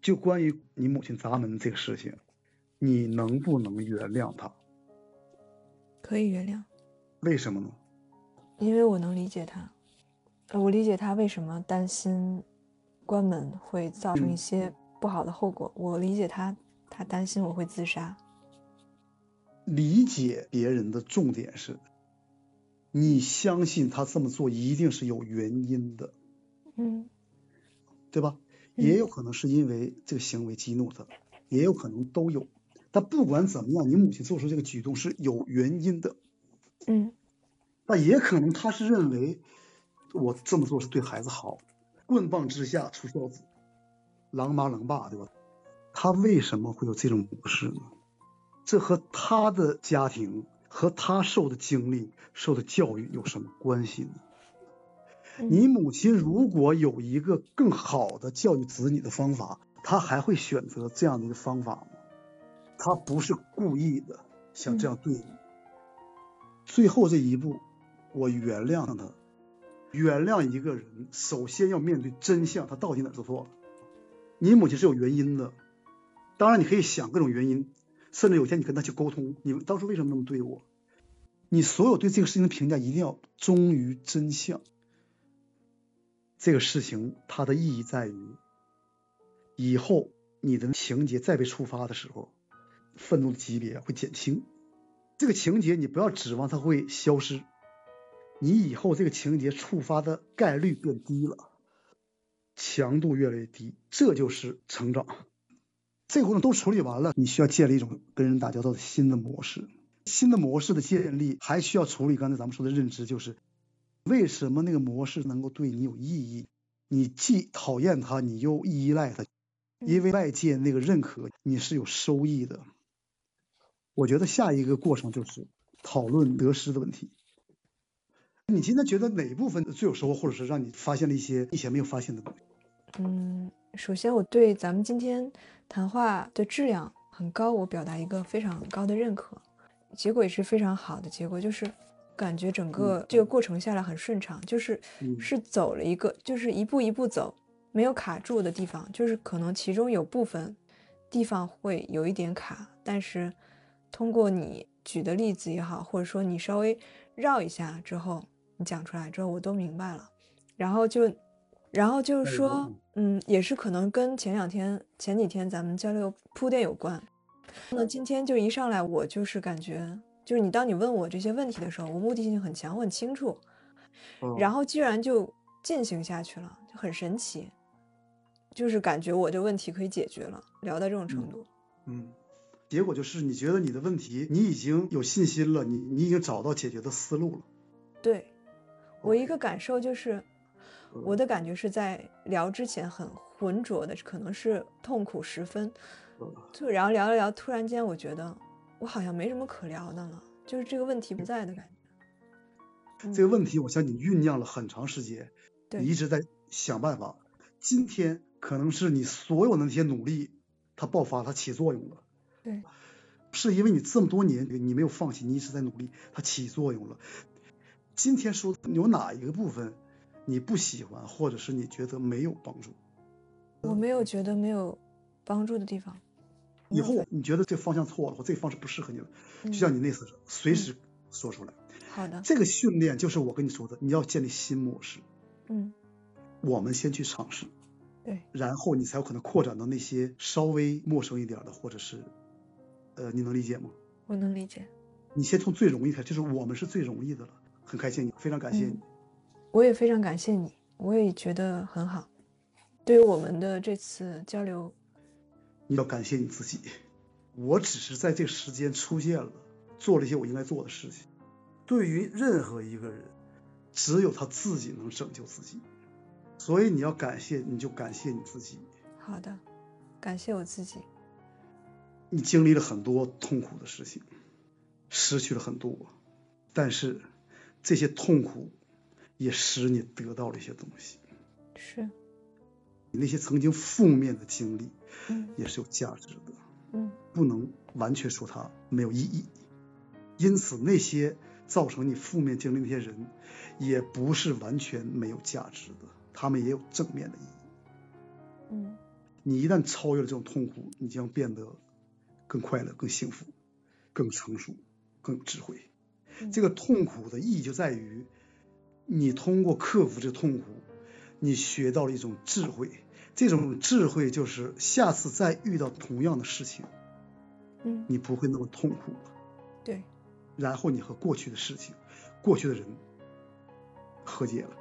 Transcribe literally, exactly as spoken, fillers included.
就关于你母亲砸门这个事情，你能不能原谅她？ 可以原谅。 为什么呢？ 因为我能理解她，我理解她为什么担心关门会造成一些不好的后果。嗯、我理解她，她担心我会自杀。 理解别人的重点是，你相信他这么做一定是有原因的， 嗯， 对吧？也有可能是因为这个行为激怒他，也有可能都有。但不管怎么样，你母亲做出这个举动是有原因的。 嗯， 但也可能他是认为我这么做是对孩子好，棍棒之下出孝子，狼妈狼爸，对吧？他为什么会有这种模式呢？这和他的家庭和他受的经历、受的教育有什么关系呢？ 嗯、 你母亲如果有一个更好的教育子女的方法，她还会选择这样的一个方法吗？她不是故意的想这样对你。嗯、最后这一步，我原谅他。原谅一个人，首先要面对真相，他到底哪做错了？你母亲是有原因的，当然你可以想各种原因，甚至有一天你跟他去沟通，你当初为什么那么对我？你所有对这个事情的评价一定要忠于真相。这个事情它的意义在于，以后你的情节再被触发的时候，愤怒的级别会减轻。这个情节你不要指望它会消失，你以后这个情节触发的概率变低了，强度越来越低，这就是成长。这个过程都处理完了，你需要建立一种跟人打交道的新的模式。新的模式的建立还需要处理刚才咱们说的认知，就是为什么那个模式能够对你有意义？你既讨厌它，你又依赖它，因为外界那个认可你是有收益的。我觉得下一个过程就是讨论得失的问题。你今天觉得哪一部分最有收获，或者是让你发现了一些以前没有发现的东西？ 嗯，首先我对咱们今天谈话的质量很高，我表达一个非常高的认可，结果也是非常好的结果，就是感觉整个这个过程下来很顺畅，就是是走了一个，就是一步一步走，没有卡住的地方，就是可能其中有部分地方会有一点卡，但是通过你举的例子也好，或者说你稍微绕一下之后，你讲出来之后，我都明白了，然后就。然后就是说，嗯，也是可能跟前两天、前几天咱们交流铺垫有关。那今天就一上来，我就是感觉，就是你当你问我这些问题的时候，我目的性很强，我很清楚。然后居然就进行下去了，就很神奇。就是感觉我这问题可以解决了，聊到这种程度。 嗯，嗯结果就是你觉得你的问题，你已经有信心了，你你已经找到解决的思路了。 对，我一个感受就是。我的感觉是在聊之前很浑浊的，可能是痛苦十分，就然后聊了聊，突然间我觉得我好像没什么可聊的了，就是这个问题不在的感觉。 这个问题我相信你酝酿了很长时间， 嗯、 你一直在想办法。今天可能是你所有的那些努力，它爆发，它起作用了。 对， 是因为你这么多年你没有放弃，你一直在努力，它起作用了。今天说有哪一个部分你不喜欢，或者是你觉得没有帮助？ 我没有觉得没有帮助的地方。 以后你觉得这方向错了，或这个方式不适合你了，嗯、就像你那次随时说出来。 嗯、好的。 这个训练就是我跟你说的，你要建立新模式。 嗯， 我们先去尝试， 对， 然后你才有可能扩展到那些稍微陌生一点的，或者是，呃，你能理解吗？ 我能理解。 你先从最容易开始，就是我们是最容易的了。很开心你，非常感谢你。 嗯、我也非常感谢你，我也觉得很好。对于我们的这次交流， 你要感谢你自己。我只是在这个时间出现了，做了一些我应该做的事情。对于任何一个人，只有他自己能拯救自己，所以你要感谢，你就感谢你自己。 好的，感谢我自己。 你经历了很多痛苦的事情，失去了很多，但是这些痛苦也使你得到了一些东西。 是， 你那些曾经负面的经历， 嗯， 也是有价值的， 嗯， 不能完全说它没有意义。因此，那些造成你负面经历那些人，也不是完全没有价值的，他们也有正面的意义。 嗯， 你一旦超越了这种痛苦，你将变得更快乐、更幸福、更成熟、更有智慧。这个痛苦的意义就在于，你通过克服这痛苦，你学到了一种智慧。这种智慧就是下次再遇到同样的事情， 嗯， 你不会那么痛苦了。 对。 然后你和过去的事情、过去的人和解了。